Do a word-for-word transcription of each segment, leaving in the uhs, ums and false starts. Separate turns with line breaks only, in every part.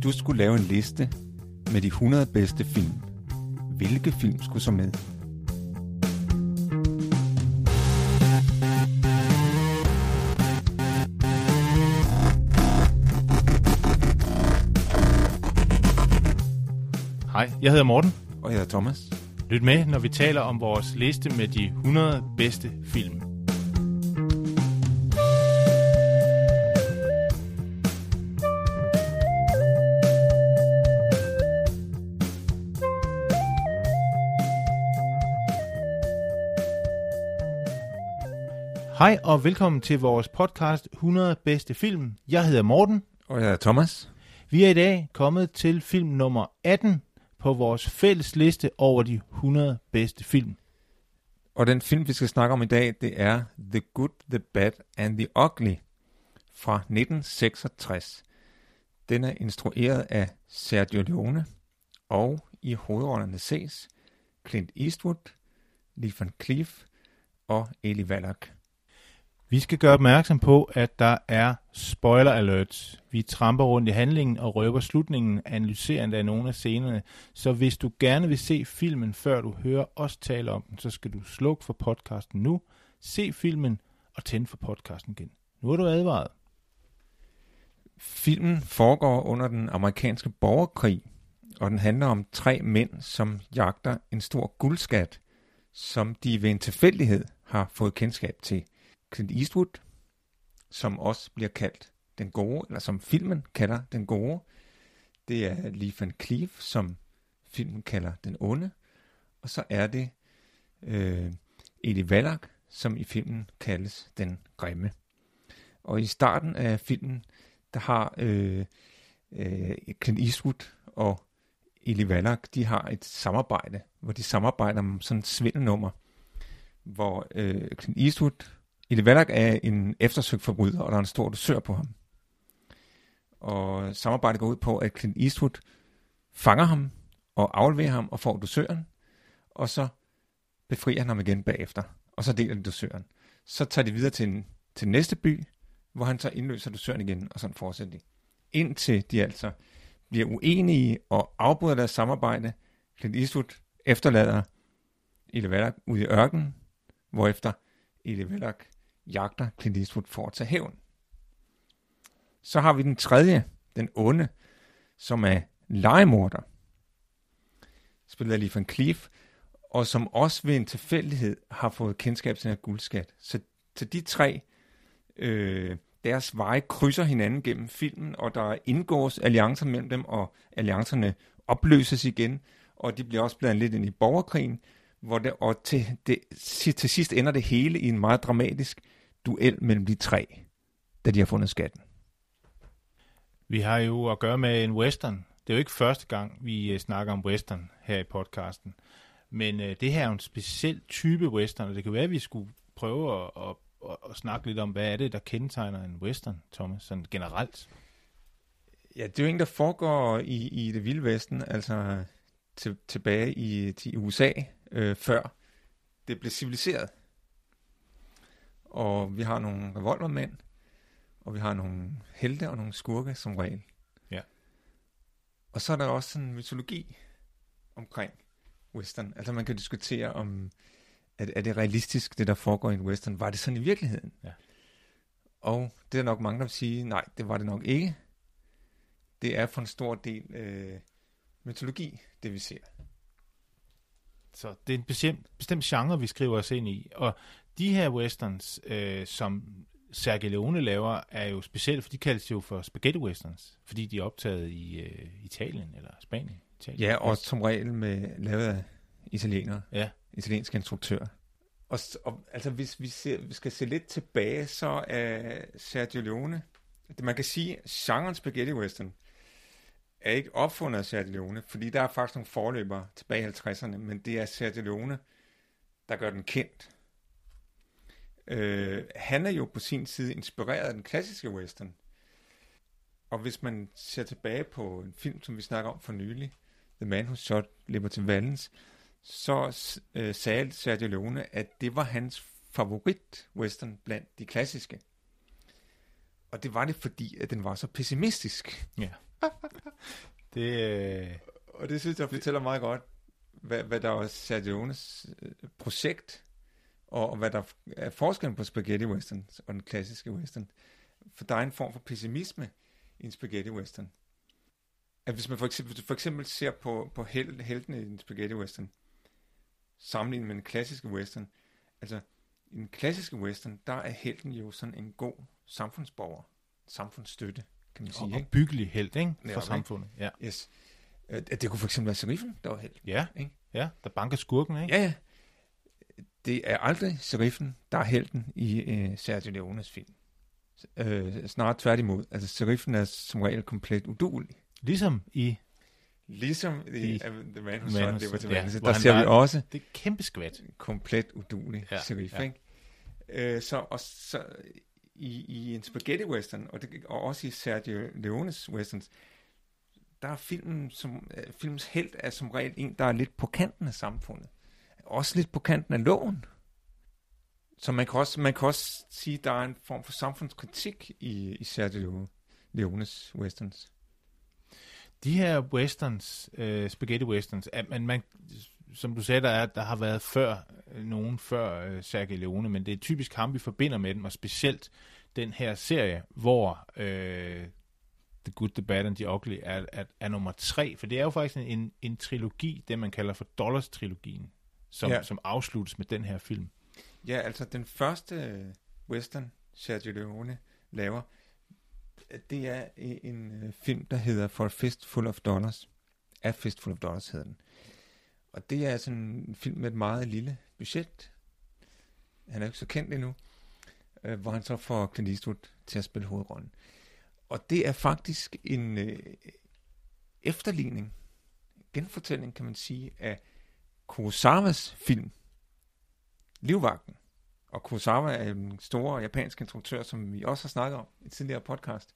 du skulle lave en liste med de hundrede bedste film, hvilke film skulle så med?
Hej, jeg hedder Morten.
Og jeg hedder Thomas.
Lyt med, når vi taler om vores liste med de hundrede bedste film. Hej og velkommen til vores podcast hundrede bedste film. Jeg hedder Morten.
Og jeg hedder Thomas.
Vi er i dag kommet til film nummer atten på vores fælles liste over de hundrede bedste film.
Og den film, vi skal snakke om i dag, det er The Good, The Bad and The Ugly fra nitten seksogtres. Den er instrueret af Sergio Leone, og i hovedrollerne ses Clint Eastwood, Lee Van Cleef og Eli Wallach.
Vi skal gøre opmærksom på, at der er spoiler alerts. Vi tramper rundt i handlingen og røber slutningen, analyserende af nogle af scenerne. Så hvis du gerne vil se filmen, før du hører os tale om den, så skal du slukke for podcasten nu, se filmen og tænde for podcasten igen. Nu er du advaret.
Filmen foregår under den amerikanske borgerkrig, og den handler om tre mænd, som jagter en stor guldskat, som de ved en tilfældighed har fået kendskab til. Clint Eastwood, som også bliver kaldt den gode, eller som filmen kalder den gode. Det er Lee Van Cleef, som filmen kalder den onde. Og så er det øh, Eli Wallach, som i filmen kaldes den grimme. Og i starten af filmen, der har øh, øh, Clint Eastwood og Eli Wallach, de har et samarbejde, hvor de samarbejder om sådan et svindelnummer, hvor øh, Clint Eastwood, Eli Wallach er en eftersøgt forbryder, og der er en stor dusør på ham. Og samarbejdet går ud på, at Clint Eastwood fanger ham og afleverer ham og får dusøren, og så befrier han ham igen bagefter, og så deler de dusøren. Så tager de videre til, en, til næste by, hvor han så indløser dusøren igen, og sådan fortsætter de. Indtil de altså bliver uenige og afbryder deres samarbejde. Clint Eastwood efterlader Eli Wallach ud i ørkenen, hvorefter Eli Wallach jagter Clint Eastwood for at tage hævn. Så har vi den tredje, den onde, som er legemorder, spillet af Lee Van Cleef, og som også ved en tilfældighed har fået kendskab til den her guldskat. Så til de tre, øh, deres veje krydser hinanden gennem filmen, og der indgås alliancer mellem dem, og alliancerne opløses igen, og de bliver også blandet lidt ind i borgerkrigen, hvor det, og til, det, til sidst ender det hele i en meget dramatisk duel mellem de tre, da de har fundet skatten.
Vi har jo at gøre med en western. Det er jo ikke første gang, vi snakker om western her i podcasten. Men øh, det her er jo en speciel type western, og det kan være, at vi skulle prøve at, at, at, at snakke lidt om, hvad er det, der kendetegner en western, Thomas, sådan generelt?
Ja, det er jo en, der foregår i, i det vilde vesten, altså til, tilbage i til U S A, øh, før det blev civiliseret. Og vi har nogle revolvermænd, og vi har nogle helte og nogle skurke som regel.
Ja.
Og så er der også sådan en mytologi omkring western. Altså man kan diskutere om, er, er det realistisk, det der foregår i en western? Var det sådan i virkeligheden?
Ja.
Og det er nok mange, der vil sige, nej, det var det nok ikke. Det er for en stor del øh, mytologi, det vi ser.
Så det er en bestemt, bestemt genre, vi skriver os ind i. Og de her westerns, øh, som Sergio Leone laver, er jo specielt, for de kaldes jo for spaghetti westerns, fordi de er optaget i øh, Italien eller Spanien. Italien.
Ja, og som regel med lavet af italienere,
ja.
italienske instruktører. Og, og altså hvis vi, ser, vi skal se lidt tilbage, så er Sergio Leone, man kan sige, genren spaghetti western er ikke opfundet af Sergio Leone, fordi der er faktisk nogle forløbere tilbage i halvtredserne, men det er Sergio Leone, der gør den kendt. Øh, han er jo på sin side inspireret af den klassiske western. Og hvis man ser tilbage på en film, som vi snakker om for nylig, The Man Who Shot Liberty Valance, så øh, sagde Sergio Leone, at det var hans favorit western blandt de klassiske. Og det var det, fordi at den var så pessimistisk.
Ja. det, øh...
Og det synes jeg fortæller meget godt, hvad, hvad der var Sergio Leones øh, projekt, og hvad der er forskellen på spaghetti western og den klassiske western. For der er en form for pessimisme i en spaghetti western. At hvis man for eksempel, for eksempel ser på, på hel, heltene i en spaghetti western, sammenlignet med den klassiske western, altså i den klassiske western, der er helten jo sådan en god samfundsborger, samfundsstøtte, kan man sige.
Og,
ikke?
og byggelig helt, ikke? For
Ja,
samfundet. Ja.
Yes. Det kunne for eksempel være sheriffen, der var helt.
Ja,
ikke?
Ja, der banker skurken, ikke?
Ja, ja. Det er aldrig sheriffen, der er helten i øh, Sergio Leones film. Øh, snart tværtimod. Altså, sheriffen er som regel komplet uduelig.
Ligesom i...
Ligesom i, i uh, The Man Who Shot Liberty
ja,
Valance. Der ser vi også...
Det er kæmpe skvat.
Komplet uduelig ja, sheriff, ja. Ikke? Øh, så, og så i, i en spaghetti western, og, det, og også i Sergio Leones westerns, der er filmen som, uh, filmens helt er som regel en, der er lidt på kanten af samfundet. Også lidt på kanten af loven. Så man kan også, man kan også sige, at der er en form for samfundskritik i, i Sergio Leones westerns.
De her westerns, øh, spaghetti westerns, at man, man, som du sagde, der, er, der har været før øh, nogen før øh, Sergio Leone, men det er typisk ham, vi forbinder med dem, og specielt den her serie, hvor øh, The Good, The Bad and The Ugly er, er, er nummer tre, for det er jo faktisk en, en trilogi, det man kalder for Dollars-trilogien, som, ja. som afsluttes med den her film.
Ja, altså den første western, Sergio Leone laver, det er en øh, film, der hedder For a Fistful of Dollars. A Fistful of Dollars hedder den. Og det er sådan en film med et meget lille budget. Han er ikke så kendt endnu. Øh, hvor han så får Clint Eastwood til at spille hovedrollen. Og det er faktisk en øh, efterligning, genfortælling kan man sige, af Kurosawas film, Livvagten. Og Kurosawa er en stor japansk instruktør, som vi også har snakket om i et tidligere podcast.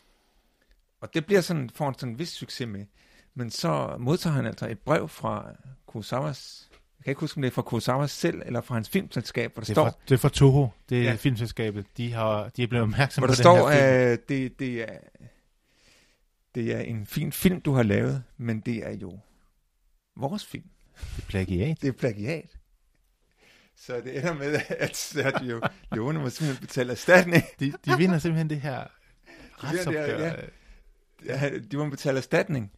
Og det bliver sådan, får han sådan en vis succes med. Men så modtager han altså et brev fra Kurosawas, jeg kan ikke huske, om det er fra Kurosawas selv, eller fra hans filmselskab, hvor der
det
står...
Fra, det er fra Toho, det er ja. filmselskabet. De, har, de er blevet opmærksomme på den
står,
her film.
Hvor der står, at det, det, er, det er en fin film, du har lavet, men det er jo vores film.
Det er plagiat.
Det er plagiat. Så det ender med, at Sergio Leone må simpelthen betale erstatning.
De, de vinder simpelthen det her retsopgør.
Ja, ja. De må betale erstatning.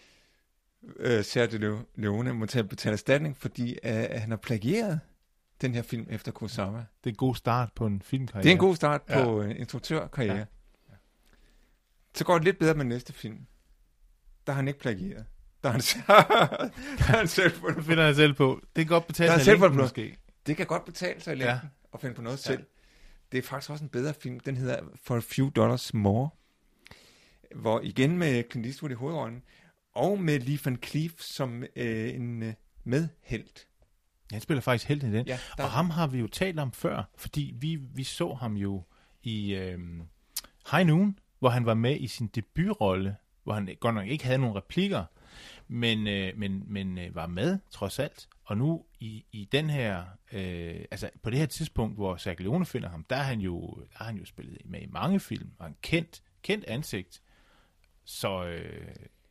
Uh, Sergio Leone må betale erstatning, fordi uh, han har plagieret den her film efter Kurosawa.
Det er en god start på en filmkarriere.
Det er en god start ja. på en instruktørkarriere. Ja.
Ja.
Så går det lidt bedre med næste film. Der har han ikke plagieret. Der har han, der har han selv fundet på.
finder han selv på. Det kan godt betale sig
selv
længden, måske.
Det kan godt betale sig i længden ja. at finde på noget ja. selv. Det er faktisk også en bedre film. Den hedder For a Few Dollars More. Hvor igen med Clint Eastwood i hovedrollen, og med Lee Van Cleef som øh, en øh, medhelt.
Ja, han spiller faktisk helt i den.
Ja,
og ham har vi jo talt om før, fordi vi, vi så ham jo i øh, High Noon, hvor han var med i sin debutrolle, hvor han godt nok ikke havde nogen replikker, men, øh, men, men øh, var med trods alt. Og nu i, i den her, øh, altså på det her tidspunkt, hvor Sergio Leone finder ham, der har han jo, der har han jo spillet med i mange film, og en kendt, kendt ansigt. Så, øh,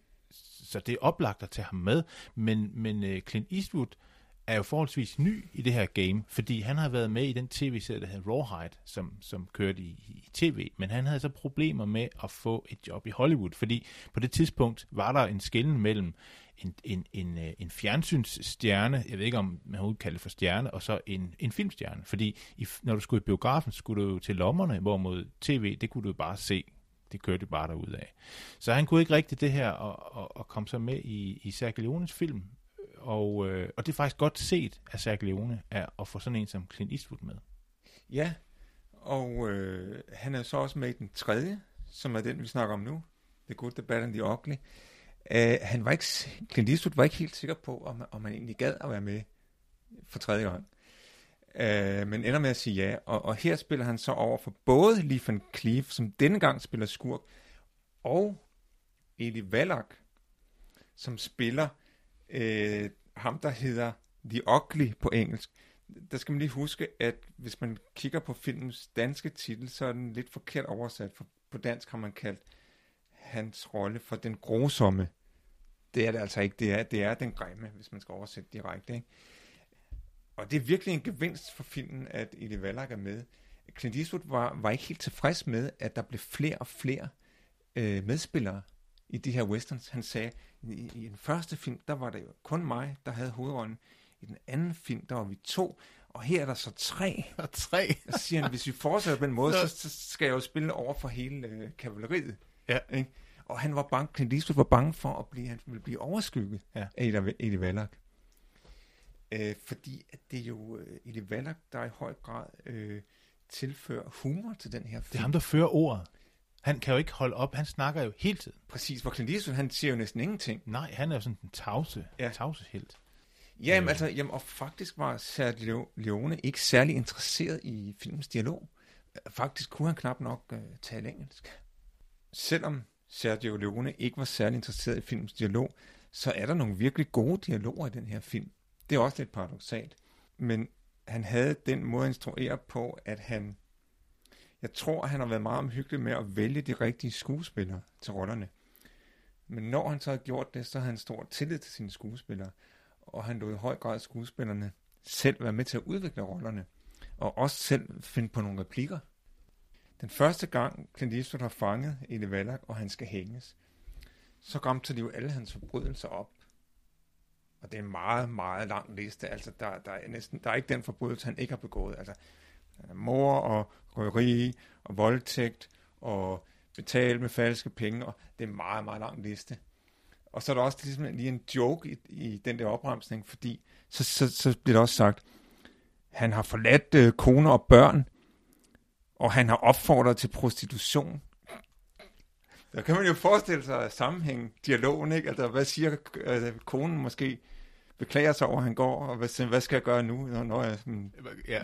så det er oplagt at tage ham med. Men, men øh, Clint Eastwood er jo forholdsvis ny i det her game, fordi han har været med i den tv-serie, der hedder Rawhide, som, som kørte i, i tv, men han havde så problemer med at få et job i Hollywood, fordi på det tidspunkt var der en skelnen mellem en, en, en, en fjernsynsstjerne, jeg ved ikke om man overhovedet kalder det for stjerne, og så en, en filmstjerne, fordi i, når du skulle i biografen, skulle du jo til lommerne, hvorimod tv, det kunne du bare se. Det kørte bare derudad. Så han kunne ikke rigtig det her og, og, og komme så med i, i Sergio Leones film. Og, øh, og det er faktisk godt set af Sergio Leone at, at få sådan en som Clint Eastwood med.
Ja, og øh, han er så også med i den tredje, som er den, vi snakker om nu. The Good, The Bad and The Ugly. Uh, han var ikke, Clint Eastwood var ikke helt sikker på, om, om han egentlig gad at være med for tredje gang. Uh, men ender med at sige ja, og, og her spiller han så over for både Lee Van Cleef, som denne gang spiller skurk, og Eli Wallach, som spiller uh, ham, der hedder The Ugly på engelsk. Der skal man lige huske, at hvis man kigger på filmens danske titel, så er den lidt forkert oversat, for på dansk har man kaldt hans rolle for den grusomme. Det er det altså ikke. Det er, det er den grimme, hvis man skal oversætte direkte. Ikke? Og det er virkelig en gevinst for filmen, at Eli Wallach er med. Clint Eastwood var, var ikke helt tilfreds med, at der blev flere og flere øh, medspillere i de her westerns. Han sagde, i, i den første film, der var det jo kun mig, der havde hovedrollen. I den anden film, der var vi to. Og her er der så tre.
Og tre.
Og så siger han, hvis vi fortsætter på den måde, så, så skal jeg jo spille over for hele øh, kavaleriet.
Ja.
Ikke? Og han var bange, Clint Eastwood var bange for, at blive, han ville blive overskygget ja. af Eli Wallach. Øh, fordi at det er jo øh, Eli Wallach, der i høj grad øh, tilfører humor til den her film.
Det er ham, der fører ordet. Han kan jo ikke holde op, han snakker jo hele tiden.
Præcis, hvor Clint Eastwood, han siger jo næsten ingenting.
Nej, han er jo sådan en tavse, ja. tavse helt.
Jamen, øh. altså, jamen, og faktisk var Sergio Leone ikke særlig interesseret i filmens dialog. Faktisk kunne han knap nok øh, tale engelsk. Selvom Sergio Leone ikke var særlig interesseret i filmens dialog, så er der nogle virkelig gode dialoger i den her film. Det er også lidt paradoksalt. Men han havde den måde at instruere på, at han... Jeg tror, han har været meget omhyggelig med at vælge de rigtige skuespillere til rollerne. Men når han så har gjort det, så har han stor tillid til sine skuespillere. Og han lod i høj grad skuespillerne selv være med til at udvikle rollerne. Og også selv finde på nogle replikker. Den første gang Clint Eastwood har fanget Eli Wallach, og han skal hænges, så ramte de jo alle hans forbrydelser op. Og det er en meget, meget lang liste. Altså, der, der, er næsten, der er ikke den forbrydelse, han ikke har begået. Altså, mord og røveri og voldtægt og betale med falske penge. Og det er en meget, meget lang liste. Og så er der også ligesom lige en joke i, i den der opremsning, fordi så, så, så bliver der også sagt, han har forladt øh, koner og børn, og han har opfordret til prostitution. Der kan man jo forestille sig sammenhæng, dialogen, ikke? Altså, hvad siger øh, konen måske? Beklager sig over, at han går, og hvad, hvad skal jeg gøre nu? Når, når jeg sådan...
Ja.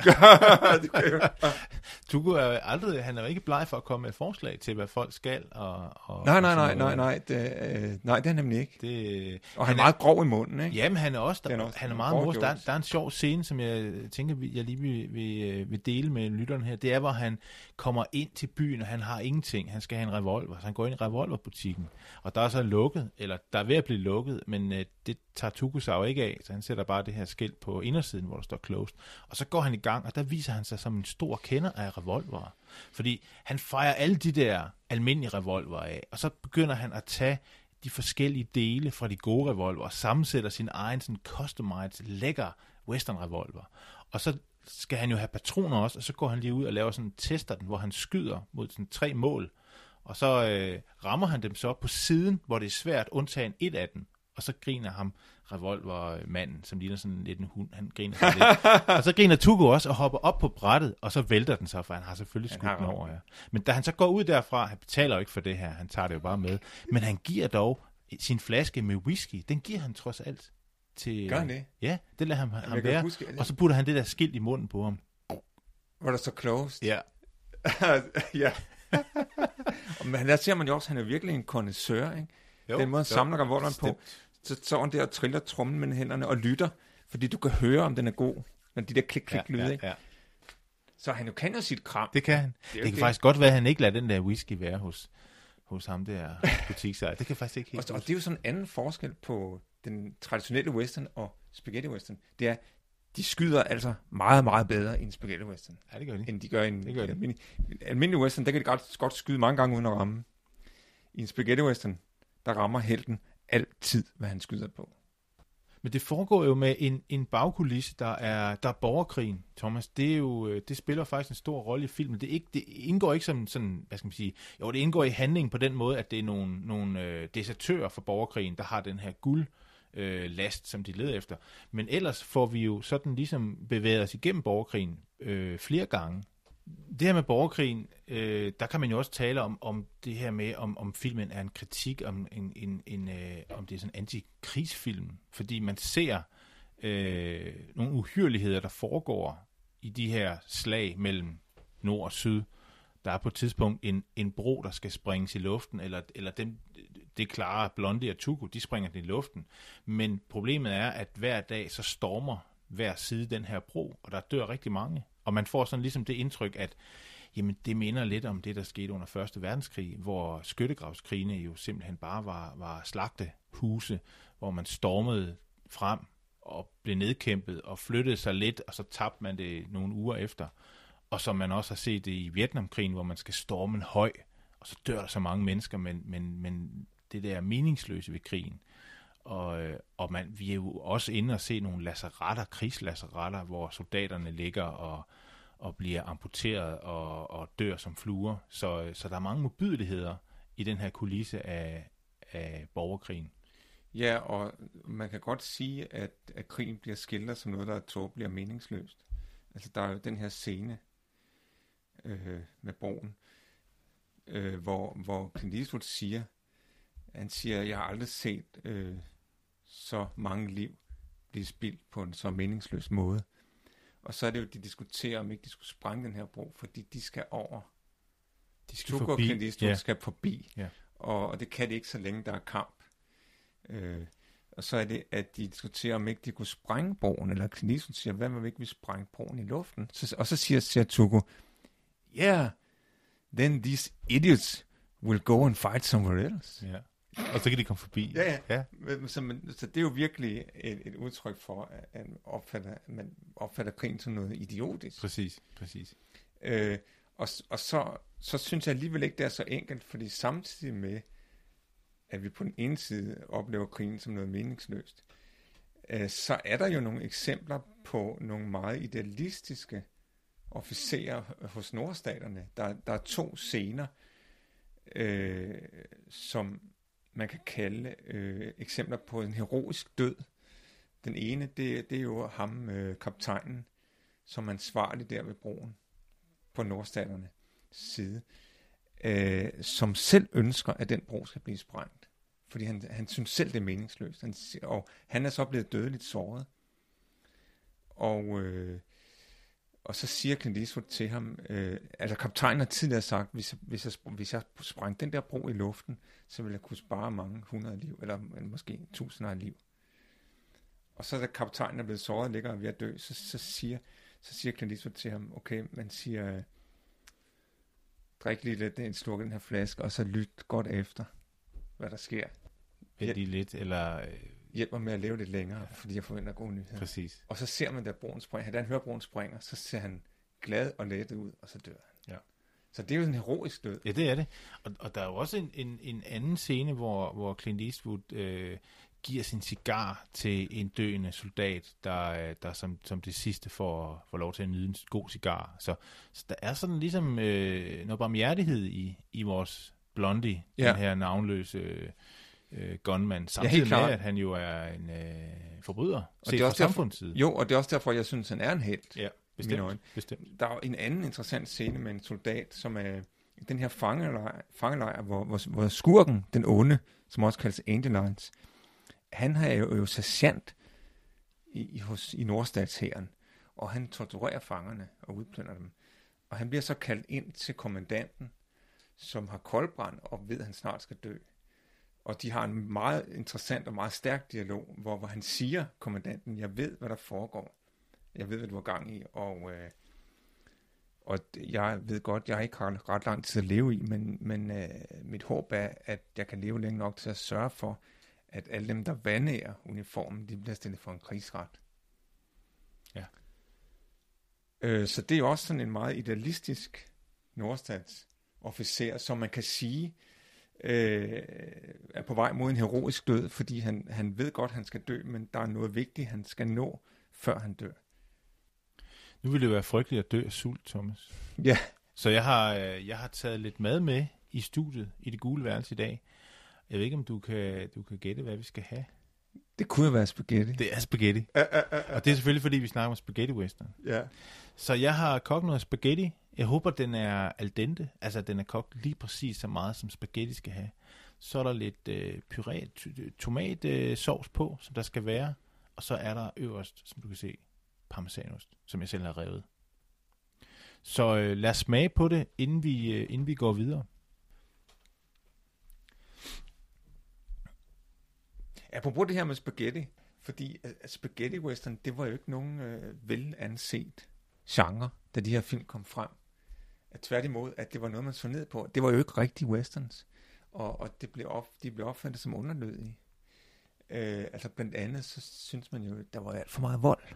Tugo er aldrig, han er jo ikke bleg for at komme med et forslag til, hvad folk skal. Og, og,
nej, nej, nej, nej, nej, det, øh, nej, det er nemlig ikke.
Det,
og han er meget grov i munden, ikke?
Jamen, han er også, der,
er også
han er meget mors. Der, der er en sjov scene, som jeg tænker, jeg lige vil, vil, vil dele med lytterne her. Det er, hvor han kommer ind til byen, og han har ingenting. Han skal have en revolver, så han går ind i revolverbutikken. Og der er så lukket, eller der er ved at blive lukket, men øh, det tager Tugo sig jo ikke af, så han sætter bare det her skilt på indersiden, hvor der står closed. Og så går han i gang, og der viser han sig som en stor kender af revolvere. Fordi han fejrer alle de der almindelige revolvere af, og så begynder han at tage de forskellige dele fra de gode revolvere, og sammensætter sin egen sådan customized, lækker western revolver. Og så skal han jo have patroner også, og så går han lige ud og laver sådan tester den, hvor han skyder mod sådan tre mål, og så øh, rammer han dem så på siden, hvor det er svært, undtagen et af dem. Og så griner ham revolvermanden, som ligner sådan lidt en hund, han griner sådan lidt. Og så griner Tugo også og hopper op på brættet, og så vælter den så, for han har selvfølgelig skudt den over. Ja. Men da han så går ud derfra, han betaler jo ikke for det her, han tager det jo bare med, men han giver dog sin flaske med whisky, den giver han trods alt til...
Gør han det?
Ja, det lader han, ham være. Huske, og så putter han det der skilt i munden på ham.
Var der så closed?
Ja.
Ja. Men der ser man jo også, han er virkelig en connoisseur, ikke? Jo, den måde han samler revolveren på, så står han der og triller trommen med hænderne og lytter, fordi du kan høre, om den er god, når de der klik-klik-lyde, ja, ja, ja. Så han jo kan jo sit kram.
Det kan han. Det, det kan det. Faktisk godt være, at han ikke lader den der whisky være hos, hos ham der butiksejer. Det kan faktisk ikke helt.
Og, og det er jo sådan en anden forskel på den traditionelle western og spaghetti western. Det er, de skyder altså meget, meget bedre i en spaghetti western.
Ja, det gør de.
End de gør i en,
det gør de.
almindelig, almindelig western. Der kan de godt, godt skyde mange gange uden at ramme. I en spaghetti western, der rammer helten altid, hvad han skyder på.
Men det foregår jo med en, en bagkulisse, der er, der er borgerkrigen, Thomas. Det, er jo, det spiller faktisk en stor rolle i filmen. Det, er ikke, det indgår ikke som sådan, hvad skal man sige, jo, det indgår i handlingen på den måde, at det er nogle, nogle øh, desertører for borgerkrigen, der har den her guld, øh, last, som de leder efter. Men ellers får vi jo sådan ligesom bevæget os igennem borgerkrigen øh, flere gange. Det her med borgerkrigen, øh, der kan man jo også tale om, om det her med, om, om filmen er en kritik, om, en, en, en, øh, om det er sådan en antikrigsfilm. Fordi man ser øh, nogle uhyrligheder, der foregår i de her slag mellem nord og syd. Der er på et tidspunkt en, en bro, der skal springes i luften, eller, eller dem, det klare Blondie og Tugo, de springer den i luften. Men problemet er, at hver dag så stormer hver side den her bro, og der dør rigtig mange. Og man får sådan ligesom det indtryk, at Jamen, det minder lidt om det, der skete under første verdenskrig, hvor skyttegravskrigene jo simpelthen bare var, var slagtehuse, hvor man stormede frem og blev nedkæmpet og flyttede sig lidt, og så tabte man det nogle uger efter. Og som man også har set det i Vietnamkrigen, hvor man skal storme en høj, og så dør der så mange mennesker, men, men, men det der er meningsløse ved krigen. Og, og man, vi er jo også inde og se nogle lazaretter, krigslazaretter, hvor soldaterne ligger og, og bliver amputeret og, og dør som fluer. Så, så der er mange modbydeligheder i den her kulisse af, af borgerkrigen.
Ja, og man kan godt sige, at, at krigen bliver skildret som noget, der er tåbeligt og meningsløst. Altså, der er jo den her scene øh, med broen, øh, hvor, hvor Clint Eastwood siger, han siger, jeg har aldrig set øh, så mange liv blive spildt på en så meningsløs måde. Og så er det jo, de diskuterer, om ikke de skulle sprænge den her bro, fordi de skal over.
De skal
Tuco
forbi.
og Clint Eastwood
Ja.
skal forbi,
Ja.
og, og det kan de ikke, så længe der er kamp. Øh, og så er det, at de diskuterer, om ikke de kunne sprænge broen, eller Clint Eastwood siger, hvad man ikke vil sprænge broen i luften. Så, og så siger, siger Tuco, yeah, then these idiots will go and fight somewhere else.
Ja. Og så kan de komme forbi.
Ja, ja.
ja.
Men, så, man, så det er jo virkelig et, et udtryk for, at man opfatter, at man opfatter krigen som noget idiotisk.
Præcis, præcis.
Øh, og og så, så synes jeg alligevel ikke, det er så enkelt, fordi samtidig med, at vi på den ene side oplever krigen som noget meningsløst, øh, så er der jo nogle eksempler på nogle meget idealistiske officerer hos nordstaterne. Der, der er to scener, øh, som man kan kalde øh, eksempler på en heroisk død. Den ene, det, det er jo ham, øh, kaptajnen, som er ansvarlig der ved broen på nordstaternes side, øh, som selv ønsker, at den bro skal blive sprængt. Fordi han, han synes selv, det er meningsløst. Han, og han er så blevet dødeligt såret. Og, øh, og så siger Clint Eastwood til ham, øh, altså kaptajnen har tidligere sagt, hvis, hvis, jeg, hvis jeg sprængte den der bro i luften, så ville jeg kunne spare mange hundrede liv, eller, eller måske tusinder af liv. Og så da kaptajnen er blevet såret og ligger ved at dø, så, så, siger, så siger Clint Eastwood til ham, okay, man siger, drik lige lidt, en sluk af den her flaske, og så lyt godt efter, hvad der sker.
Vent lige lidt, eller... Øh,
Hjælp mig med at leve lidt længere, ja. Fordi jeg forventer gode nyheder.
Præcis.
Og så ser man, da broen springer, da han hører, broen springer, så ser han glad og lettet ud, og så dør han.
Ja.
Så det er jo en heroisk død.
Ja, det er det. Og, og der er jo også en, en, en anden scene, hvor, hvor Clint Eastwood øh, giver sin cigar til en døende soldat, der, der som, som det sidste får, får lov til at nyde en god cigar. Så, så der er sådan ligesom øh, noget barmhjertighed i, i vores Blondie, ja. Den her navnløse øh, gunman, samtidig ja, med, at han jo er en øh, forbryder,
og
set
fra
samfundets side.
Jo, og det er også derfor, jeg synes, han er en helt.
Ja, bestemt. bestemt.
Der er en anden interessant scene med en soldat, som er den her fangelejr, fangelejr hvor, hvor, hvor skurken, den onde, som også kaldes Angel Lines, han er jo, jo sergeant i, hos, i nordstatshæren, og han torturerer fangerne og udplynder dem. Og han bliver så kaldt ind til kommandanten, som har koldbrand og ved, at han snart skal dø. Og de har en meget interessant og meget stærk dialog, hvor, hvor han siger, kommandanten, jeg ved, hvad der foregår. Jeg ved, hvad du har gang i, og, øh, og jeg ved godt, jeg har ikke ret, ret lang tid at leve i, men, men øh, mit håb er, at jeg kan leve længe nok til at sørge for, at alle dem, der vandærer uniformen, de bliver stillet for en krigsret.
Ja.
Øh, så det er også sådan en meget idealistisk nordstatsofficer, som man kan sige, øh, er på vej mod en heroisk død, fordi han, han ved godt, han skal dø, men der er noget vigtigt, han skal nå, før han dør.
Nu vil det være frygteligt at dø af sult, Thomas.
Ja.
Så jeg har, jeg har taget lidt mad med i studiet, i det gule værelse i dag. Jeg ved ikke, om du kan, du kan gætte, hvad vi skal have.
Det kunne jo være spaghetti.
Det er spaghetti.
Uh, uh, uh, uh.
Og det er selvfølgelig, fordi vi snakker om spaghetti western.
Ja.
Så jeg har kogt noget spaghetti. Jeg håber, den er al dente. Altså, den er kogt lige præcis så meget, som spaghetti skal have. Så er der lidt øh, puré, tomatsovs øh, på, som der skal være. Og så er der øverst, som du kan se, parmesanost, som jeg selv har revet. Så øh, lad os smage på det, inden vi, øh, inden vi går videre.
Apropos det her med spaghetti, fordi uh, spaghetti western, det var jo ikke nogen uh, velanset genre, da de her film kom frem. At tværtimod, at det var noget, man så ned på. Det var jo ikke rigtige westerns, og, og det blev op, de blev opfattet som underlødige. Øh, altså blandt andet, så synes man jo, at der var alt for meget vold.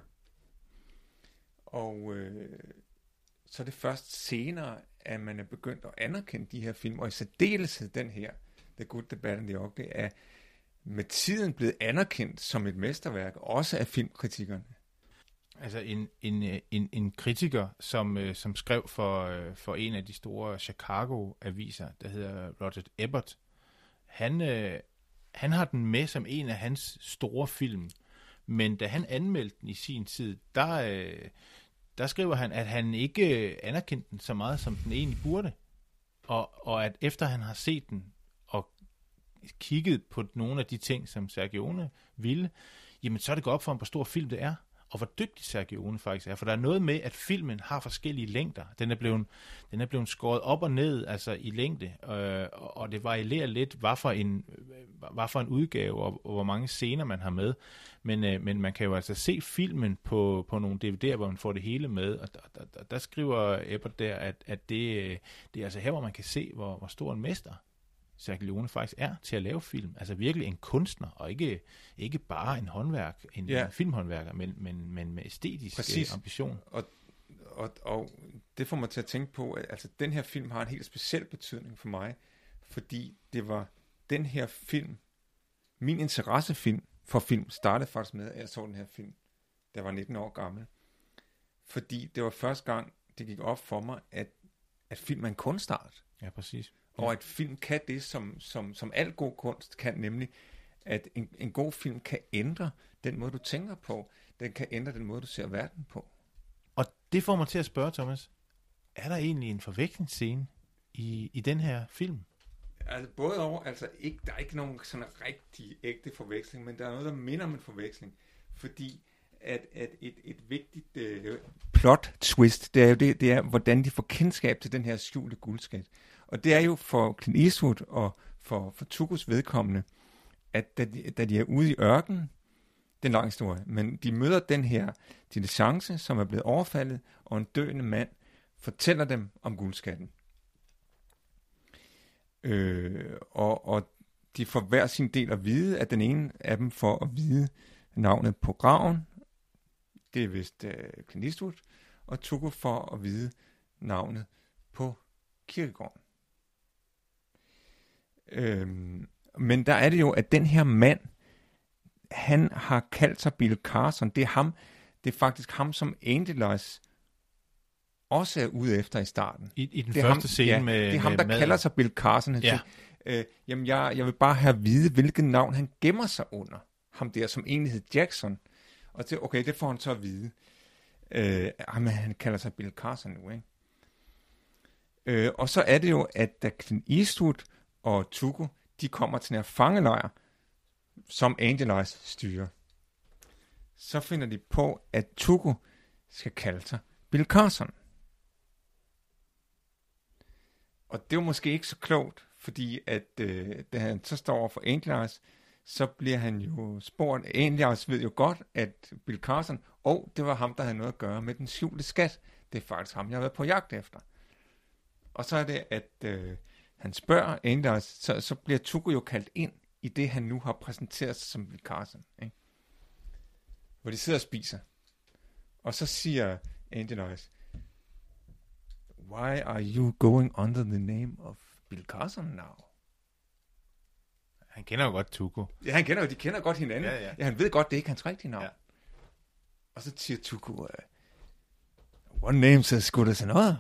Og øh, så er det først senere, at man er begyndt at anerkende de her film, og i særdeleshed den her, The Good, The Bad and The Ugly, er med tiden blevet anerkendt som et mesterværk, også af filmkritikerne.
Altså en, en, en, en kritiker, som, som skrev for, for en af de store Chicago-aviser, der hedder Roger Ebert, han, han har den med som en af hans store film, men da han anmeldte den i sin tid, der, der skriver han, at han ikke anerkendte den så meget, som den egentlig burde, og, og at efter han har set den og kigget på nogle af de ting, som Sergio Leone ville, jamen så er det gået op for ham, hvor stor film det er, og hvor dygtig Sergio Leone faktisk er. For der er noget med, at filmen har forskellige længder. Den er blevet, den er blevet skåret op og ned, altså i længde, øh, og det varierer lidt, hvad for en, hvad for en udgave, og, og hvor mange scener man har med. Men, øh, men man kan jo altså se filmen på, på nogle D V D'er, hvor man får det hele med, og der, der, der, der skriver Ebert der, at, at det, det er altså her, hvor man kan se, hvor, hvor stor en mester Sergio Leone faktisk er til at lave film. Altså virkelig en kunstner, og ikke, ikke bare en håndværk, en, ja. en filmhåndværker, men, men, men med æstetisk Præcis. ambition.
Og, og, og det får mig til at tænke på, at altså, den her film har en helt speciel betydning for mig, fordi det var den her film, min interessefilm for film, startede faktisk med, at jeg så den her film, da jeg var nitten år gammel. Fordi det var første gang, det gik op for mig, at, at film er en kunstart.
Ja, præcis.
Og at film kan det, som, som, som al god kunst kan, nemlig at en, en god film kan ændre den måde, du tænker på. Den kan ændre den måde, du ser verden på.
Og det får mig til at spørge, Thomas, er der egentlig en forvekslingsscene i, i den her film?
Altså både over, altså ikke, der er ikke nogen sådan rigtig ægte forveksling, men der er noget, der minder om en forveksling. Fordi at, at et, et vigtigt øh, plot twist, det er jo det, det er, hvordan de får kendskab til den her skjulte guldskat. Og det er jo for Clint Eastwood og for, for Tugos vedkommende, at da de, da de er ude i ørkenen, det er en lang historie, men de møder den her diligence, som er blevet overfaldet, og en døende mand fortæller dem om guldskatten. Øh, og, og de får hver sin del at vide, at den ene af dem får at vide navnet på graven, det er vist uh, Clint Eastwood, og Tugo får at vide navnet på kirkegården. Øhm, men der er det jo, at den her mand, han har kaldt sig Bill Carson. Det er ham, det er faktisk ham, som Angel Eyes også er ude efter i starten.
I, i den
det
første
ham,
scene
ja,
med
det er ham, der
med
kalder sig Bill Carson. Han
ja.
siger, øh, jamen jeg, jeg vil bare have at vide, hvilket navn han gemmer sig under. Ham der, som egentlig hed Jackson. Og det, okay, det får han så at vide. Øh, jamen, han kalder sig Bill Carson nu, ikke? Øh, og så er det jo, at da Clint Eastwood og Tugo, de kommer til den her fangelejr, som Angel Eyes styrer. Så finder de på, at Tugo skal kalde sig Bill Carson. Og det er jo måske ikke så klogt, fordi at øh, da han så står over for Angel Eyes, så bliver han jo spurgt. Angel Eyes ved jo godt, at Bill Carson, og det var ham, der havde noget at gøre med den skjulte skat. Det er faktisk ham, jeg har været på jagt efter. Og så er det, at øh, han spørger Angel Eyes, så, så bliver Tugo jo kaldt ind i det, han nu har præsenteret sig som Bill Carson. Ikke? Hvor de sidder og spiser. Og så siger Angel Eyes, why are you going under the name of Bill Carson now?
Han kender jo godt Tugo.
Ja, han kender jo, de kender godt hinanden.
Ja, ja.
Ja, han ved godt, det er ikke hans rigtige navn.
Ja.
Og så siger Tugo, uh, one name's as good as another.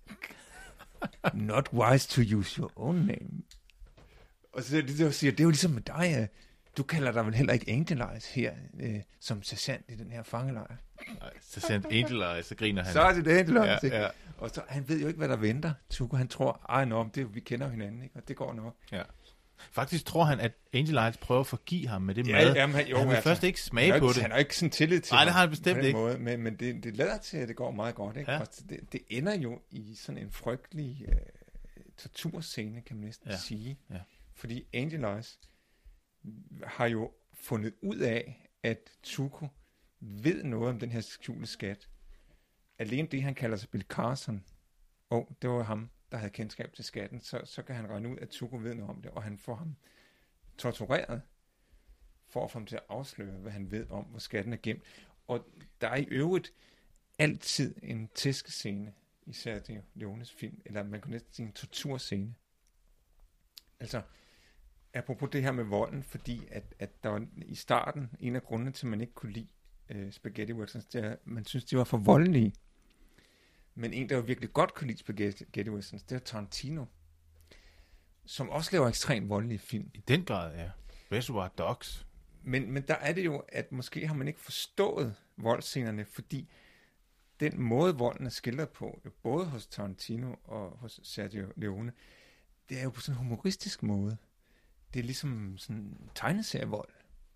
Not wise to use your own name. Og så det, siger, det er jo ligesom med dig, uh, du kalder dig vel heller ikke Angel Eyes her, uh, som sergeant i den her fangelejr.
Nej, sergeant Angel Eyes, så griner han.
Så er det det Angel Eyes,
ja, ja.
Og så, han ved jo ikke, hvad der venter. Tugo, han tror, ej nå, det, vi kender hinanden, ikke? Og det går nok.
Ja. Faktisk tror han, at Angel Eyes prøver at forgive ham med det
ja,
mad.
Jamen, jo,
han vil
altså,
først ikke smage
han
på
ikke,
det.
Han har ikke sådan tillid til
Nej, det har han bestemt ikke.
Måde, men, men det, det lader til, at det går meget godt. Ikke?
Ja.
Det, det ender jo i sådan en frygtelig uh, torturscene, kan man næsten
ja.
sige.
Ja.
Fordi Angel Eyes har jo fundet ud af, at Tugo ved noget om den her skjulte skat. Alene det, han kalder sig Bill Carson, og det var ham, der havde kendskab til skatten, så, så kan han regne ud, at Tuco ved noget om det, og han får ham tortureret, for at få ham til at afsløre, hvad han ved om, hvor skatten er gemt. Og der er i øvrigt altid en tæskescene i Sergio Leones film, eller man kan næsten sige en torturscene. Altså, apropos det her med volden, fordi at, at der var i starten, en af grundene til, at man ikke kunne lide øh, spaghetti westerns, det er, at man synes, de var for voldelige. Men en, der jo virkelig godt kunne lide spaghetti westerns, det er Tarantino, som også laver ekstremt voldelige film.
I den grad, ja. Reservoir Dogs.
Men, men der er det jo, at måske har man ikke forstået voldscenerne, fordi den måde, volden er skildret på, både hos Tarantino og hos Sergio Leone, det er jo på sådan en humoristisk måde. Det er ligesom sådan en tegneserievold.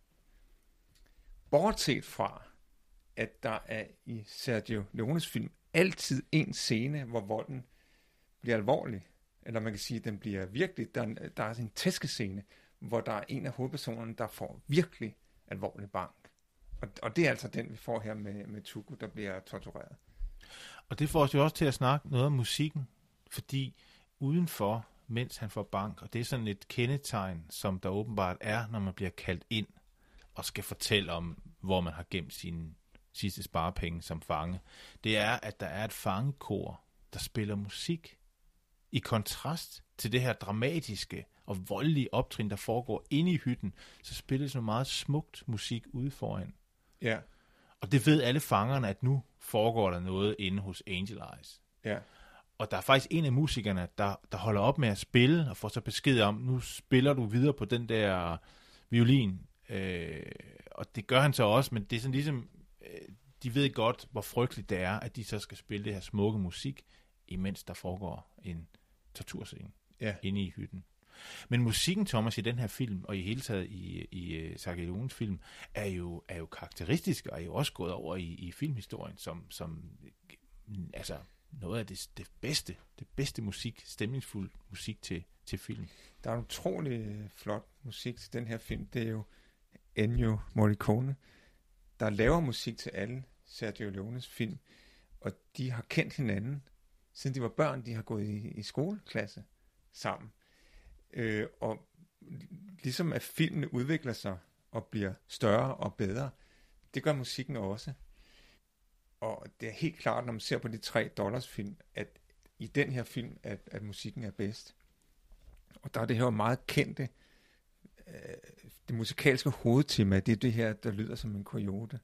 Bortset fra, at der er i Sergio Leones film altid en scene, hvor volden bliver alvorlig. Eller man kan sige, at den bliver virkelig. Der, der er en tæskescene, hvor der er en af hovedpersonerne, der får virkelig alvorlig bank. Og, og det er altså den, vi får her med, med Tuco, der bliver tortureret.
Og det får os jo også til at snakke noget om musikken, fordi udenfor, mens han får bank, og det er sådan et kendetegn, som der åbenbart er, når man bliver kaldt ind og skal fortælle om, hvor man har gemt sine sidste sparepenge som fange, det er, at der er et fangekor, der spiller musik i kontrast til det her dramatiske og voldelige optrin, der foregår inde i hytten, så spilles noget meget smukt musik ude foran.
Ja.
Og det ved alle fangerne, at nu foregår der noget inde hos Angel Eyes.
Ja.
Og der er faktisk en af musikerne, der, der holder op med at spille, og får så besked om, nu spiller du videre på den der violin. Øh, og det gør han så også, men det er sådan ligesom, øh, de ved godt, hvor frygteligt det er, at de så skal spille det her smukke musik, imens der foregår en torturscene
ja.
inde i hytten. Men musikken, Thomas, i den her film, og i hele taget i, i Sergio Leones film, er jo, er jo karakteristisk, og er jo også gået over i, i filmhistorien, som, som altså, noget af det, det bedste, det bedste musik, stemningsfuld musik til, til film.
Der er en utrolig flot musik til den her film. Det er jo Ennio Morricone, der laver musik til alle Sergio Leones film, og de har kendt hinanden, siden de var børn. De har gået i, i skoleklasse sammen. Øh, og ligesom at filmene udvikler sig og bliver større og bedre, det gør musikken også. Og det er helt klart, når man ser på de tre dollars film, at i den her film, at, at musikken er bedst. Og der er det her meget kendte, øh, det musikalske hovedtema, det er det her, der lyder som en coyote.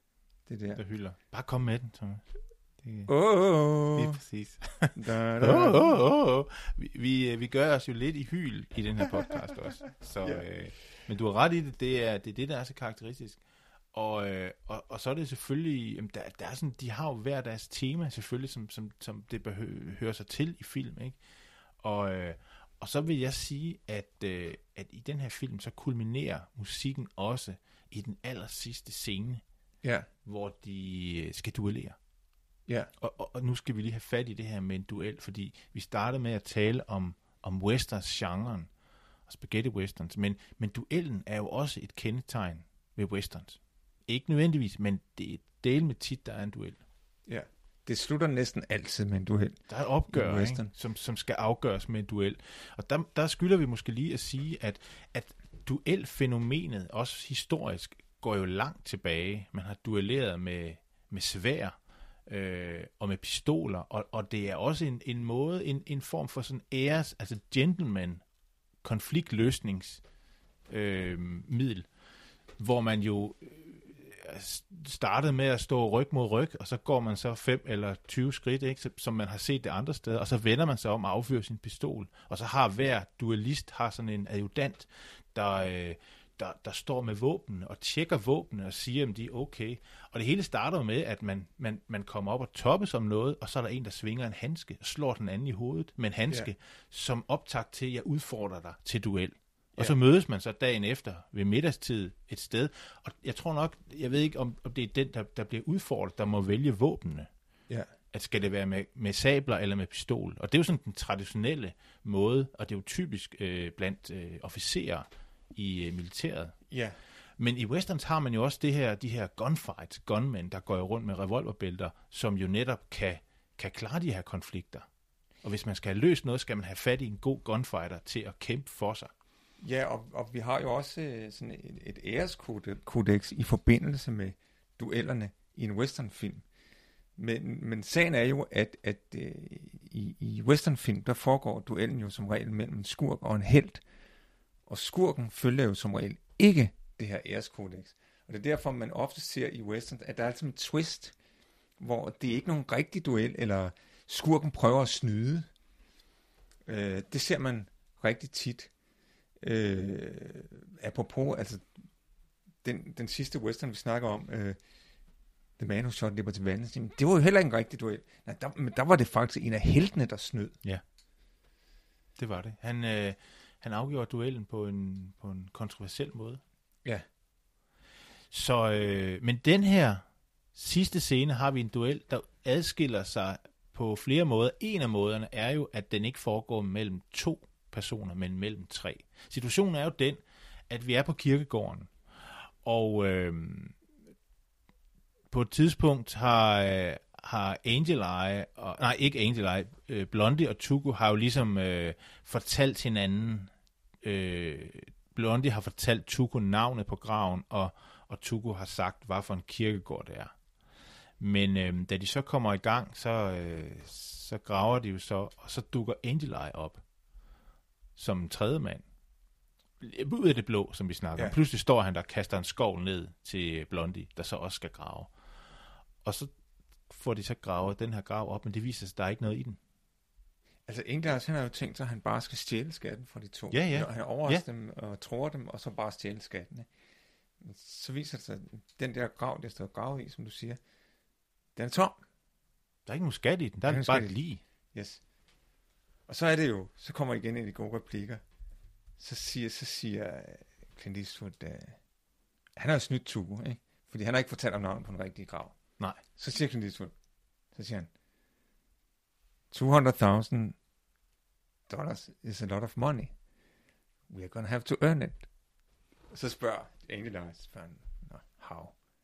Det der.
Der hylder. Bare kom med den, Thomas.
Åh, oh, oh,
lige præcis.
Da, da.
Oh, oh, oh. Vi, vi, vi gør os jo lidt i hyl i den her podcast også. Så,
ja.
øh, men du har ret i det, det er det, er det der er så karakteristisk. Og, øh, og, og så er det selvfølgelig, jamen, der, der er sådan, de har jo hver deres tema selvfølgelig, som, som, som det behøver, hører sig til i film, ikke? Og, øh, og så vil jeg sige, at, øh, at i den her film, så kulminerer musikken også i den aller sidste scene,
ja.
hvor de skal duellere.
Ja.
Og, og, og nu skal vi lige have fat i det her med en duel, fordi vi startede med at tale om, om westerns-genren og spaghetti westerns, men, men duellen er jo også et kendetegn ved westerns. Ikke nødvendigvis, men det er del med tit, der er en duel.
Ja, det slutter næsten altid med en duel.
Der er et opgør, ikke, som, som skal afgøres med en duel. Og der, der skylder vi måske lige at sige, at, at duelfænomenet, også historisk, går jo langt tilbage. Man har duelleret med, med sværd, Øh, og med pistoler, og, og det er også en, en måde, en, en form for sådan æres, altså gentleman konfliktløsnings øh, middel, hvor man jo øh, startede med at stå ryg mod ryg, og så går man så fem eller tyve skridt, ikke, som man har set det andre steder, og så vender man sig om at affyre sin pistol, og så har hver duellist har sådan en adjutant, der øh, Der, der står med våben og tjekker våbnene og siger, om de er okay. Og det hele starter med, at man, man, man kommer op og toppes om noget, og så er der en, der svinger en handske og slår den anden i hovedet med en handske, ja. Som optakt til, at jeg udfordrer dig til duel. Og ja. Så mødes man så dagen efter ved middagstid et sted. Og jeg tror nok, jeg ved ikke, om, om det er den, der, der bliver udfordret, der må vælge våbnene.
Ja.
At skal det være med, med sabler eller med pistol. Og det er jo sådan den traditionelle måde, og det er jo typisk øh, blandt øh, officerer, i øh, militæret.
Ja.
Men i westerns har man jo også det her, de her gunfights, gunmen, der går rundt med revolverbælter, som jo netop kan, kan klare de her konflikter. Og hvis man skal have løst noget, skal man have fat i en god gunfighter til at kæmpe for sig.
Ja, og, og vi har jo også øh, sådan et, et æreskodex i forbindelse med duellerne i en westernfilm. Men, men sagen er jo, at, at øh, i, i westernfilm, der foregår duellen jo som regel mellem en skurk og en helt. Og skurken følger jo som regel ikke det her æreskodex. Og det er derfor, man ofte ser i western, at der er altså en twist, hvor det er ikke nogen rigtig duel, eller skurken prøver at snyde. Øh, det ser man rigtig tit. Øh, apropos, altså den, den sidste western, vi snakker om, øh, The Man Who Shot Liberty Valance, det var jo heller ikke en rigtig duel. Nej, der, men der var det faktisk en af heltene, der snød.
Ja, det var det. Han, øh, han afgjorde duellen på en, på en kontroversiel måde.
Ja.
Så, øh, men den her sidste scene har vi en duel, der adskiller sig på flere måder. En af måderne er jo, at den ikke foregår mellem to personer, men mellem tre. Situationen er jo den, at vi er på kirkegården, og øh, på et tidspunkt har, øh, har Angel Eye, og, nej ikke Angel Eye, øh, Blondie og Tuco har jo ligesom øh, fortalt hinanden, øh, Blondie har fortalt Tuco navnet på graven, og, og Tuco har sagt, hvad for en kirkegård det er. Men øh, da de så kommer i gang, så, øh, så graver de jo så, og så dukker Angel Eye op som en tredje mand. Ud af det blå, som vi snakker om. Ja. Pludselig står han der og kaster en skov ned til Blondie, der så også skal grave. Og så får de så gravet den her grav op, men det viser sig, at der er ikke noget i den.
Altså Angel Eye, han har jo tænkt sig, at han bare skal stjæle skatten fra de to.
Ja, ja.
Han overrasker
ja.
dem og tror dem, og så bare stjæle skatten. Så viser det sig, at den der grav, der står gravet i, som du siger, den er tom.
Der er ikke nogen skat i den, der, der er bare et lig.
Yes. Og så er det jo, så kommer igen ind i de gode replikker. Så siger, så siger Clint Eastwood, uh, han har jo snydt Tuco, ikke? Fordi han har ikke fortalt om navnet på den rigtige grav.
Nej.
Så siger Clint Eastwood, så siger han, two hundred thousand dollars is a lot of money. We are gonna have to earn it. Og så spørger Angel Eye, spørger han, no, how?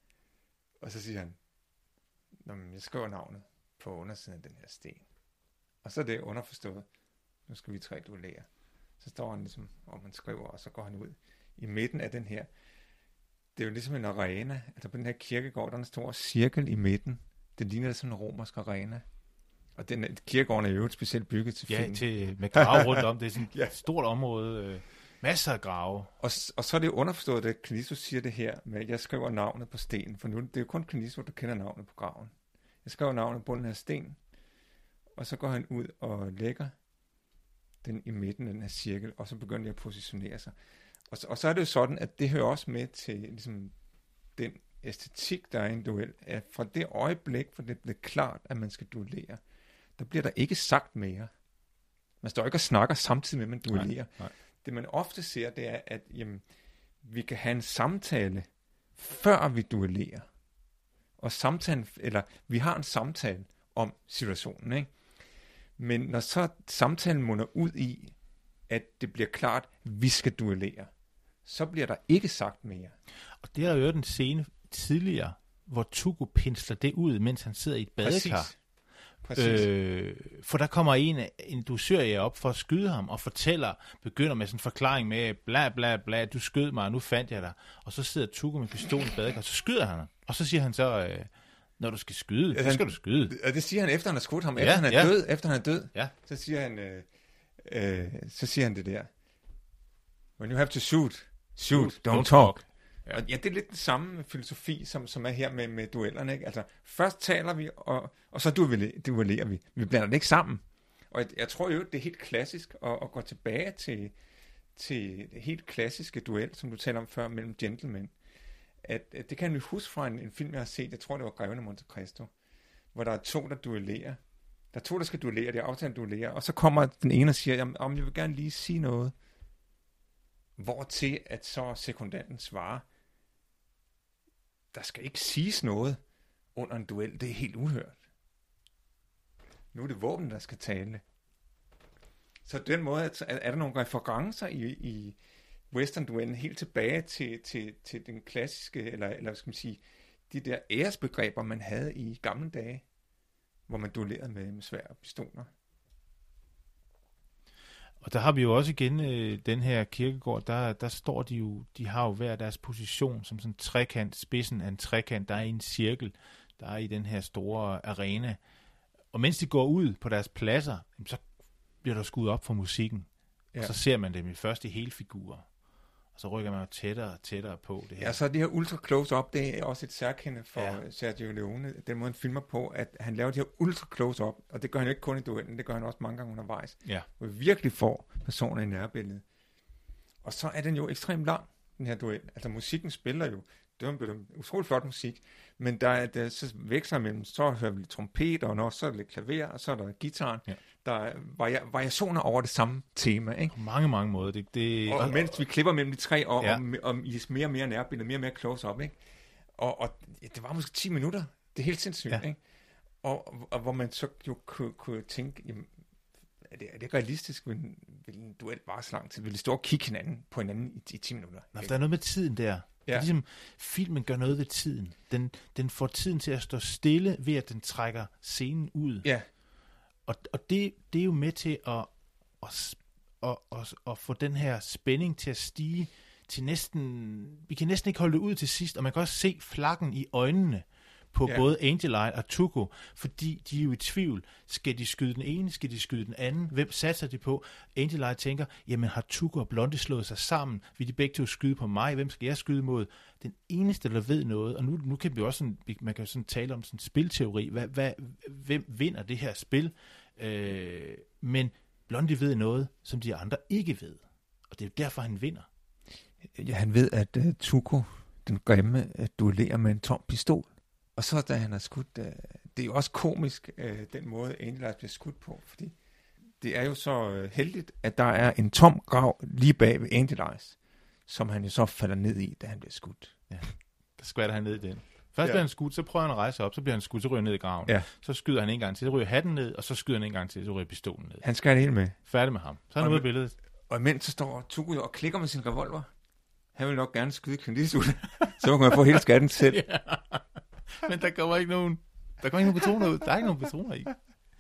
Og så siger han, Nå, men jeg skriver navnet på undersiden af den her sten. Og så er det underforstået, nu skal vi tre duellere. Så står han ligesom, og man skriver, og så går han ud i midten af den her. Det er jo ligesom en arena, altså på den her kirkegård, der er en stor cirkel i midten. Det ligner sådan en romersk arena. Og den kirkegården er jo specielt bygget til film.
Ja, til, med grave rundt om. Det er sådan et ja. stort område. Øh, masser af grave.
Og, og så er det underforstået, at Clint Eastwood siger det her med, at jeg skriver navnet på stenen. For nu det er jo kun Clint Eastwood, der kender navnet på graven. Jeg skriver navnet på den her sten. Og så går han ud og lægger den i midten af den her cirkel, og så begynder de at positionere sig. Og så, og så er det jo sådan, at det hører også med til ligesom, den æstetik, der er i en duel, at fra det øjeblik, hvor det bliver klart, at man skal duellere, der bliver der ikke sagt mere. Man står ikke og snakker samtidig med, at man duellerer. Nej, nej. Det man ofte ser, det er, at jamen, vi kan have en samtale, før vi duellerer. Og samtalen, eller vi har en samtale om situationen, ikke? Men når så samtalen munder ud i, at det bliver klart, at vi skal duellere, så bliver der ikke sagt mere.
Og det er jo den scene tidligere, hvor Tuco pensler det ud, mens han sidder i et badekar.
Præcis. Præcis.
Øh, for der kommer en, en dusør op for at skyde ham, og fortæller, begynder med sådan en forklaring med, bla bla bla, du skød mig, og nu fandt jeg dig. Og så sidder Tuco med pistolen i badekar, så skyder han ham. Og så siger han så, øh, når du skal skyde, så skal du skyde.
Og det siger han efter han har skudt ham, efter ja, han er ja. død, efter han er død.
Ja.
Så siger han, øh, øh, så siger han det der. When you have to shoot, shoot, don't, don't talk. talk. Ja. Og ja, det er lidt den samme filosofi, som, som er her med, med duellerne, ikke? Altså, først taler vi, og, og så duellerer vi. Vi blander det ikke sammen. Og jeg, jeg tror jo, det er helt klassisk at, at gå tilbage til, til det helt klassiske duel, som du talte om før, mellem gentlemen. At, at det kan vi huske fra en, en film, jeg har set, jeg tror, det var Greven af Monte Cristo, hvor der er to, der duellerer. Der er to, der skal duellere, det er aftalt at duellere, og så kommer den ene og siger, jamen, om jeg vil gerne lige sige noget. Hvortil at så sekundanten svarer, der skal ikke siges noget under en duel, det er helt uhørt. Nu er det våben, der skal tale. Så på den måde er der nogle referencer i, i western-duellen helt tilbage til, til, til den klassiske, eller, eller hvad skal man sige, de der æresbegreber, man havde i gamle dage, hvor man duellerede med, med sværd og pistoler.
Og der har vi jo også igen øh, den her kirkegård, der, der står de jo, de har jo hver deres position som sådan en trekant, spidsen af en trekant, der er i en cirkel, der er i den her store arena. Og mens de går ud på deres pladser, så bliver der skudt op for musikken. Ja. Og så ser man dem i første helfigurer. Og så rykker man jo tættere og tættere på det her.
Ja, så det her ultra close-up, det er også et særkende for ja. Sergio Leone. Den måde han filmer på, at han laver de her ultra close-up, og det gør han jo ikke kun i duellen, det gør han også mange gange undervejs.
Ja.
Hvor vi virkelig får personer i nærbilledet. Og så er den jo ekstremt lang, den her duel. Altså musikken spiller jo, det er jo utrolig flot musik, men der er, der så veksler mellem, så hører vi trompeter, og når, så er det lidt klaver, og så er der guitaren. Ja. Der er vari- variationer over det samme tema, ikke?
På mange, mange måder. Det, det...
Og, og mens vi klipper mellem de tre, og,
ja.
om, om i mere og mere nærbillede, mere og mere close-up, ikke? Og, og det var måske ti minutter. Det er helt sindssygt, ja. Ikke? Og, og hvor man så jo kunne, kunne tænke, jamen, er det, er det realistisk, vil, vil en duel vare så lang tid? Vil de stå og kigge hinanden på hinanden i, i ti minutter?
Nå, der er noget med tiden der. Ja. Det er ligesom, filmen gør noget ved tiden. Den, den får tiden til at stå stille, ved at den trækker scenen ud.
Ja.
Og, og det, det er jo med til at, at, at, at, at få den her spænding til at stige til næsten... Vi kan næsten ikke holde det ud til sidst, og man kan også se flakken i øjnene på ja. både Angel Eye og Tuco, fordi de er jo i tvivl. Skal de skyde den ene? Skal de skyde den anden? Hvem satser de på? Angel Eye tænker, jamen har Tuco og Blondie slået sig sammen? Vil de begge to skyde på mig? Hvem skal jeg skyde mod? Den eneste, der ved noget, og nu, nu kan vi også sådan, man kan jo sådan tale om sådan spilteori. Hvad, hvad, hvem vinder det her spil? Øh, men Blondie ved noget, som de andre ikke ved. Og det er derfor, han vinder.
Ja, han ved, at uh, Tuco, den grimme, uh, duellerer med en tom pistol. Og så da han har skudt, uh, det er jo også komisk, uh, den måde Angel Eyes bliver skudt på, fordi det er jo så uh, heldigt, at der er en tom grav lige bag ved Angel Eyes, som han jo så falder ned i, da han bliver skudt.
Ja, der skvatter han ned i den. Først
ja.
bliver han skudt, så prøver han at rejse op, så bliver han skudt, så ryger han ned i graven.
Ja.
Så skyder han en gang til, så ryger hatten ned, og så skyder han en gang til, så ryger pistolen ned.
Han skal have det hele med.
Færdig med ham. Så er han ude af billedet.
Og imens så står Tuco og klikker med sin revolver. Han vil nok gerne skyde Clint Eastwood, så kan man få hele skatten selv.
Ja. Men der kommer ikke nogen, der kommer ikke nogen patroner ud. Der er ikke nogen patroner i.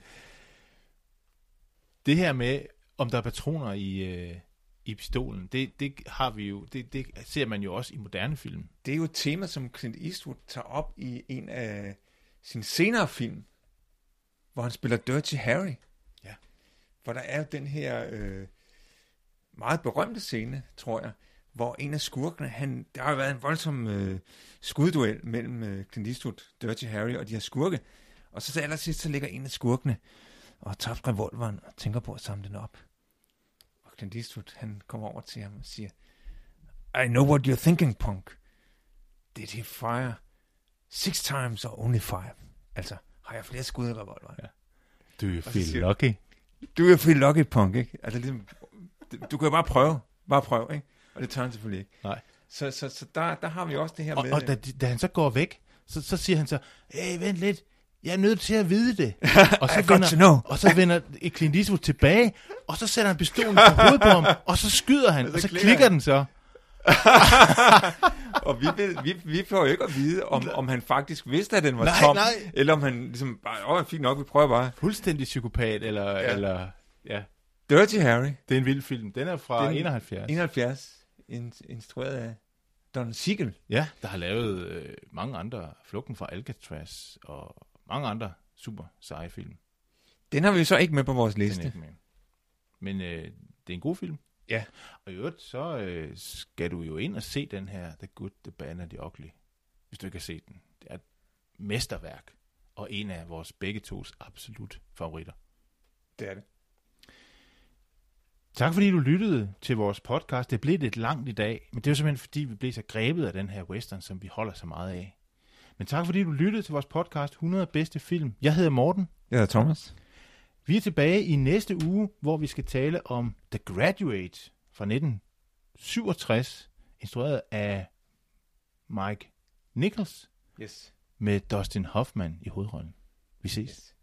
Det her med, om der er patroner i, øh, i pistolen, det, det har vi jo, det, det ser man jo også i moderne film.
Det er jo et tema, som Clint Eastwood tager op i en af sine senere film, hvor han spiller Dirty Harry.
Ja.
Hvor der er den her øh, meget berømte scene, tror jeg, hvor en af skurkene, han, der har jo været en voldsom øh, skudduel mellem øh, Clint Eastwood, Dirty Harry og de her skurke. Og så til allersidst, så ligger en af skurkene og tager revolveren og tænker på at samle den op. Og Clint Eastwood, han kommer over til ham og siger, I know what you're thinking, punk. Did he fire six times or only five? Altså, har jeg flere skud i revolveren?
Ja. Do you feel siger, lucky?
Do you feel lucky, punk, ikke? Altså, ligesom, du, du kan jo bare prøve. Bare prøve, ikke? Og det tør han selvfølgelig ikke.
Nej.
Så, så, så der, der har vi også det her
og,
med...
Og da, da han så går væk, så, så siger han så, hey, vent lidt, jeg er nødt til at vide det. Og så, vender, og så vender Clint Eastwood tilbage, og så sætter han pistolen på hovedet på ham, og så skyder han, og så, og så klikker den så.
Og vi, ved, vi, vi får jo ikke at vide, om, om han faktisk vidste, at den var
nej,
tom,
nej.
eller om han ligesom bare, åh, fint nok, vi prøver bare.
Fuldstændig psykopat, eller... Ja. eller ja.
Dirty Harry.
Det er en vild film. Den er fra den enoghalvfjerds.
enoghalvfjerds, instrueret af Don Siegel.
Ja, der har lavet øh, mange andre, Flugten fra Alcatraz, og mange andre super seje film.
Den har vi jo så ikke med på vores liste.
Den er ikke med. Men øh, det er en god film.
Ja.
Og i øvrigt, så øh, skal du jo ind og se den her The Good, The Bad and The Ugly, hvis du ikke har set den. Det er et mesterværk, og en af vores begge tos absolut favoritter.
Det er det.
Tak fordi du lyttede til vores podcast. Det blev lidt langt i dag, men det er jo simpelthen fordi, vi blev så grebet af den her western, som vi holder så meget af. Men tak fordi du lyttede til vores podcast hundrede bedste film. Jeg hedder Morten.
Jeg hedder Thomas.
Vi er tilbage i næste uge, hvor vi skal tale om The Graduate fra nitten syvogtres, instrueret af Mike Nichols,
yes.
med Dustin Hoffman i hovedrollen. Vi ses. Yes.